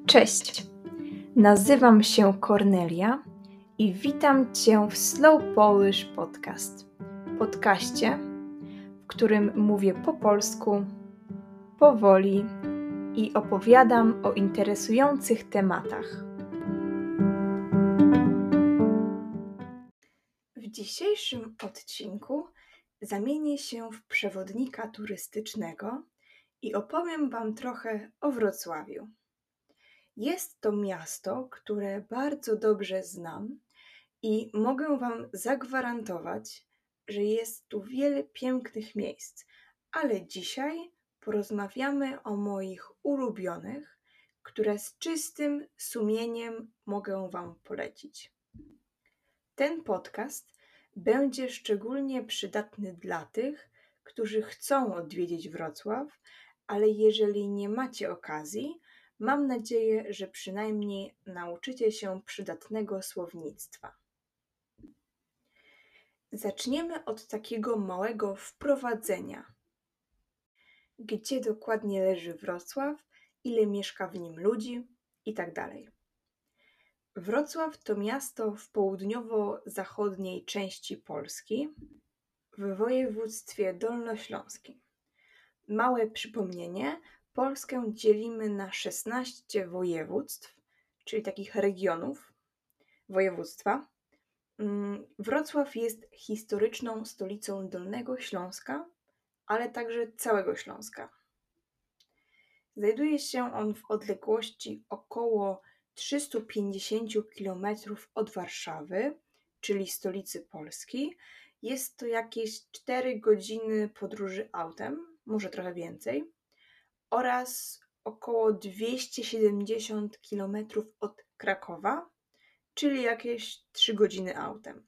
Cześć, nazywam się Kornelia i witam Cię w Slow Polish Podcast. Podcaście, w którym mówię po polsku, powoli i opowiadam o interesujących tematach. W dzisiejszym odcinku zamienię się w przewodnika turystycznego i opowiem Wam trochę o Wrocławiu. Jest to miasto, które bardzo dobrze znam i mogę Wam zagwarantować, że jest tu wiele pięknych miejsc, ale dzisiaj porozmawiamy o moich ulubionych, które z czystym sumieniem mogę Wam polecić. Ten podcast będzie szczególnie przydatny dla tych, którzy chcą odwiedzić Wrocław, ale jeżeli nie macie okazji, mam nadzieję, że przynajmniej nauczycie się przydatnego słownictwa. Zaczniemy od takiego małego wprowadzenia. Gdzie dokładnie leży Wrocław, ile mieszka w nim ludzi itd. Wrocław to miasto w południowo-zachodniej części Polski, w województwie dolnośląskim. Małe przypomnienie, Polskę dzielimy na 16 województw, czyli takich regionów województwa. Wrocław jest historyczną stolicą Dolnego Śląska, ale także całego Śląska. Znajduje się on w odległości około 350 km od Warszawy, czyli stolicy Polski. Jest to jakieś 4 godziny podróży autem, może trochę więcej, oraz około 270 km od Krakowa, czyli jakieś 3 godziny autem.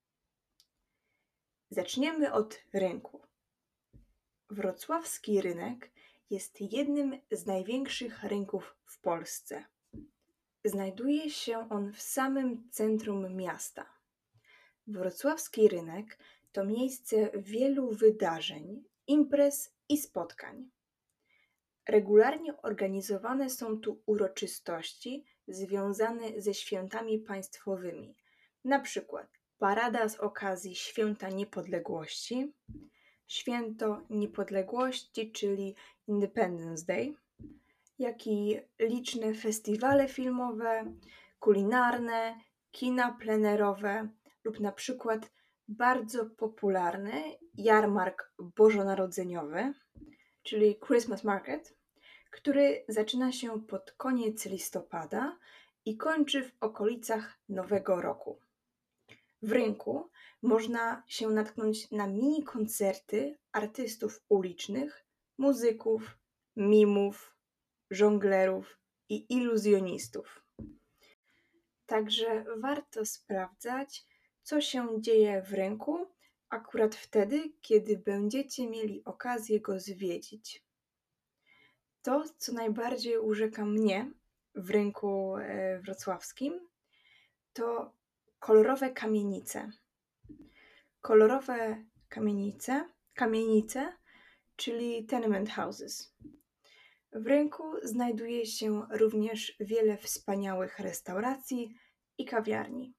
Zaczniemy od rynku. Wrocławski rynek jest jednym z największych rynków w Polsce. Znajduje się on w samym centrum miasta. Wrocławski rynek to miejsce wielu wydarzeń, imprez i spotkań. Regularnie organizowane są tu uroczystości związane ze świętami państwowymi, na przykład parada z okazji Święta Niepodległości, Święto Niepodległości, czyli Independence Day, jak i liczne festiwale filmowe, kulinarne, kina plenerowe lub na przykład bardzo popularny jarmark bożonarodzeniowy, czyli Christmas Market, który zaczyna się pod koniec listopada i kończy w okolicach Nowego Roku. W rynku można się natknąć na mini koncerty artystów ulicznych, muzyków, mimów, żonglerów i iluzjonistów. Także warto sprawdzać, co się dzieje w rynku akurat wtedy, kiedy będziecie mieli okazję go zwiedzić. To, co najbardziej urzeka mnie w rynku wrocławskim, to kolorowe kamienice. Kolorowe kamienice, czyli tenement houses. W rynku znajduje się również wiele wspaniałych restauracji i kawiarni.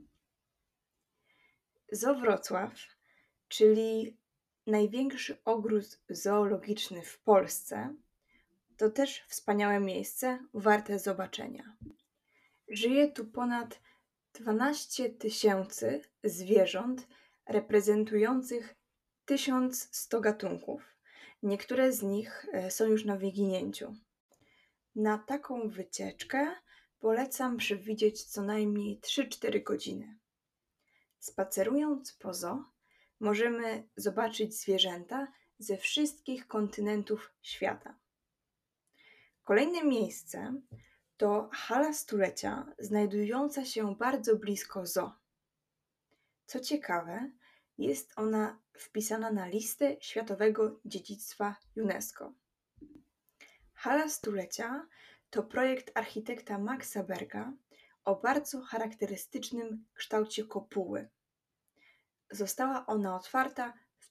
Zoo Wrocław, czyli największy ogród zoologiczny w Polsce, to też wspaniałe miejsce, warte zobaczenia. Żyje tu ponad 12 000 zwierząt reprezentujących 1100 gatunków. Niektóre z nich są już na wyginięciu. Na taką wycieczkę polecam przewidzieć co najmniej 3-4 godziny. Spacerując po zoo, możemy zobaczyć zwierzęta ze wszystkich kontynentów świata. Kolejne miejsce to Hala Stulecia, znajdująca się bardzo blisko zoo. Co ciekawe, jest ona wpisana na listę Światowego Dziedzictwa UNESCO. Hala Stulecia to projekt architekta Maxa Berga o bardzo charakterystycznym kształcie kopuły. Została ona otwarta w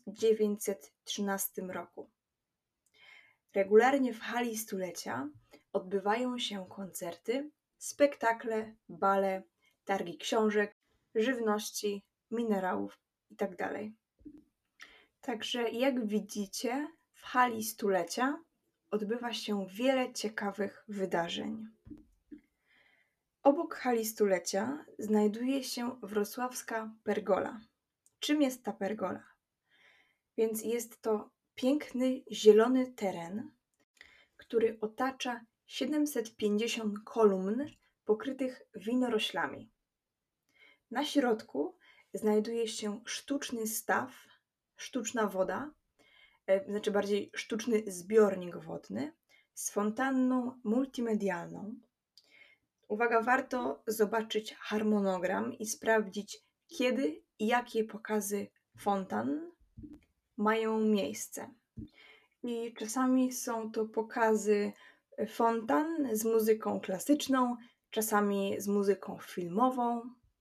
1913 roku. Regularnie w Hali Stulecia odbywają się koncerty, spektakle, bale, targi książek, żywności, minerałów itd. Także jak widzicie, w hali stulecia odbywa się wiele ciekawych wydarzeń. Obok hali stulecia znajduje się wrocławska pergola. Czym jest ta pergola? Więc jest to piękny, zielony teren, który otacza 750 kolumn pokrytych winoroślami. Na środku znajduje się sztuczny staw, sztuczna woda, znaczy bardziej sztuczny zbiornik wodny z fontanną multimedialną. Uwaga, warto zobaczyć harmonogram i sprawdzić, kiedy i jakie pokazy fontan mają miejsce. I czasami są to pokazy fontan z muzyką klasyczną, czasami z muzyką filmową.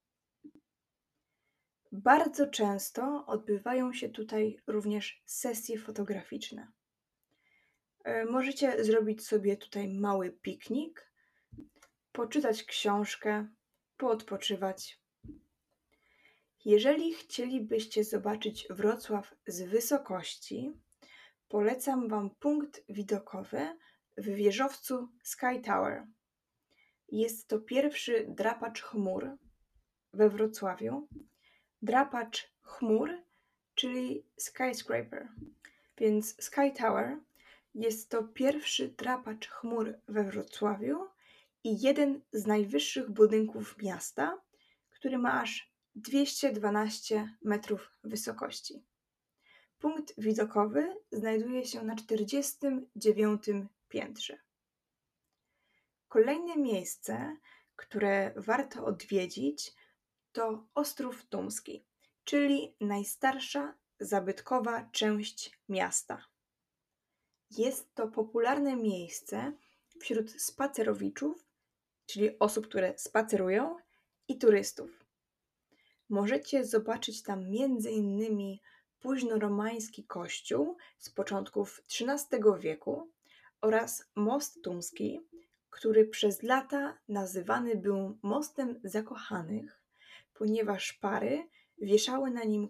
Bardzo często odbywają się tutaj również sesje fotograficzne. Możecie zrobić sobie tutaj mały piknik, poczytać książkę, poodpoczywać. Jeżeli chcielibyście zobaczyć Wrocław z wysokości, polecam Wam punkt widokowy w wieżowcu Sky Tower. Jest to pierwszy drapacz chmur we Wrocławiu. Drapacz chmur, czyli skyscraper. Więc Sky Tower jest to pierwszy drapacz chmur we Wrocławiu i jeden z najwyższych budynków miasta, który ma aż 212 metrów wysokości. Punkt widokowy znajduje się na 49 piętrze. Kolejne miejsce, które warto odwiedzić, to Ostrów Tumski, czyli najstarsza zabytkowa część miasta. Jest to popularne miejsce wśród spacerowiczów, czyli osób, które spacerują, i turystów. Możecie zobaczyć tam m.in. późnoromański kościół z początków XIII wieku oraz most tumski, który przez lata nazywany był mostem zakochanych, ponieważ pary wieszały na nim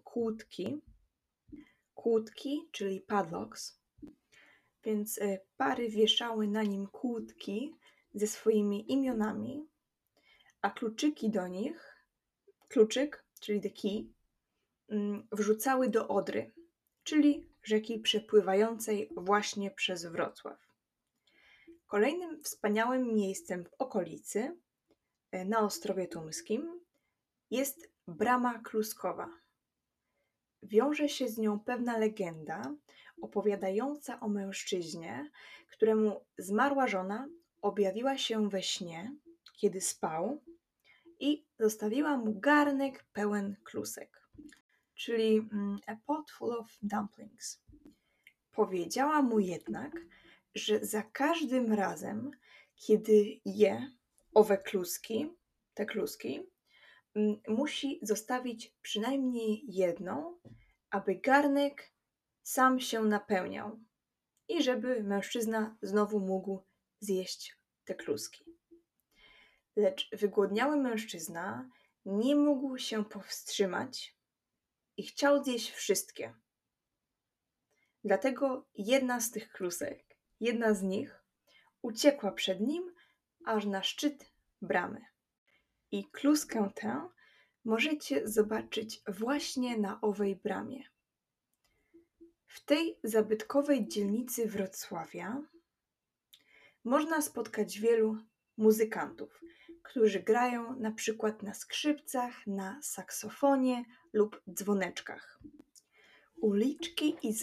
kłódki, czyli padlocks, więc pary wieszały na nim kłódki ze swoimi imionami, a kluczyki do nich, kluczyk, czyli the key, wrzucały do Odry, czyli rzeki przepływającej właśnie przez Wrocław. Kolejnym wspaniałym miejscem w okolicy, na Ostrowie Tumskim, jest Brama Kluskowa. Wiąże się z nią pewna legenda opowiadająca o mężczyźnie, któremu zmarła żona objawiła się we śnie, kiedy spał, i zostawiła mu garnek pełen klusek, czyli a pot full of dumplings. Powiedziała mu jednak, że za każdym razem, kiedy je owe kluski, te kluski, musi zostawić przynajmniej jedną, aby garnek sam się napełniał i żeby mężczyzna znowu mógł zjeść te kluski. Lecz wygłodniały mężczyzna nie mógł się powstrzymać i chciał zjeść wszystkie. Dlatego jedna z tych klusek, jedna z nich, uciekła przed nim aż na szczyt bramy. I kluskę tę możecie zobaczyć właśnie na owej bramie. W tej zabytkowej dzielnicy Wrocławia można spotkać wielu muzykantów, którzy grają na przykład na skrzypcach, na saksofonie lub dzwoneczkach. Uliczki i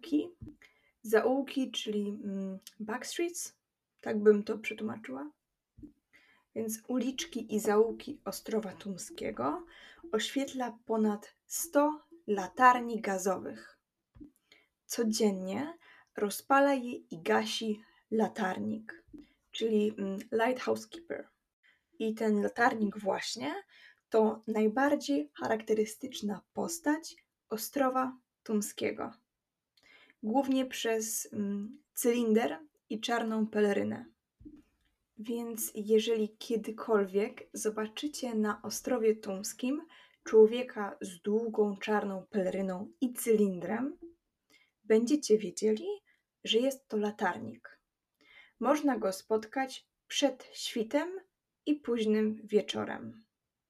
zaułki, czyli backstreets, tak bym to przetłumaczyła. Więc uliczki i zaułki Ostrowa Tumskiego oświetla ponad 100 latarni gazowych. Codziennie rozpala je i gasi latarnik, czyli lighthouse keeper. I ten latarnik właśnie to najbardziej charakterystyczna postać Ostrowa Tumskiego. Głównie przez cylinder i czarną pelerynę. Więc jeżeli kiedykolwiek zobaczycie na Ostrowie Tumskim człowieka z długą czarną peleryną i cylindrem, będziecie wiedzieli, że jest to latarnik. Można go spotkać przed świtem i późnym wieczorem.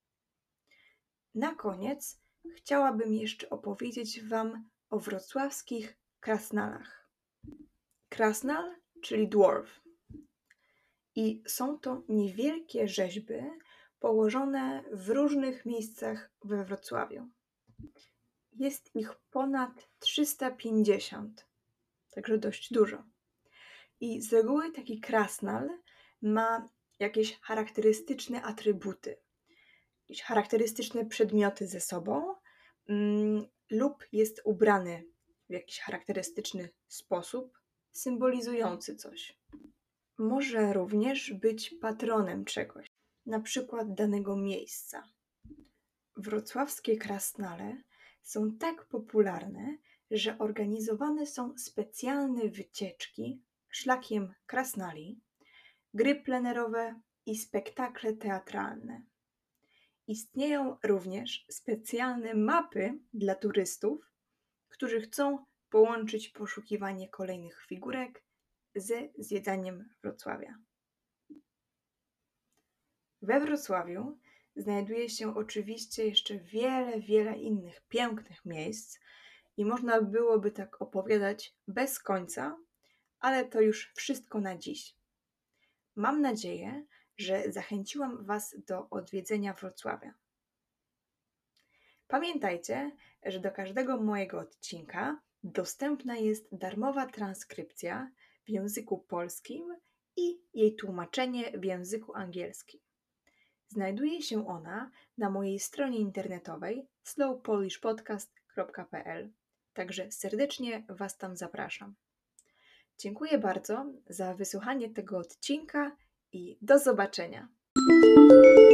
Na koniec chciałabym jeszcze opowiedzieć Wam o wrocławskich krasnalach. Krasnal, czyli dwarf. I są to niewielkie rzeźby położone w różnych miejscach we Wrocławiu. Jest ich ponad 350, także dość dużo. I z reguły taki krasnal ma jakieś charakterystyczne atrybuty, jakieś charakterystyczne przedmioty ze sobą lub jest ubrany w jakiś charakterystyczny sposób, symbolizujący coś. Może również być patronem czegoś, na przykład danego miejsca. Wrocławskie krasnale są tak popularne, że organizowane są specjalne wycieczki szlakiem krasnali, gry plenerowe i spektakle teatralne. Istnieją również specjalne mapy dla turystów, którzy chcą połączyć poszukiwanie kolejnych figurek ze zwiedzaniem Wrocławia. We Wrocławiu znajduje się oczywiście jeszcze wiele innych pięknych miejsc i można byłoby tak opowiadać bez końca, ale to już wszystko na dziś. Mam nadzieję, że zachęciłam Was do odwiedzenia Wrocławia. Pamiętajcie, że do każdego mojego odcinka dostępna jest darmowa transkrypcja w języku polskim i jej tłumaczenie w języku angielskim. Znajduje się ona na mojej stronie internetowej slowpolishpodcast.pl, także serdecznie Was tam zapraszam. Dziękuję bardzo za wysłuchanie tego odcinka i do zobaczenia!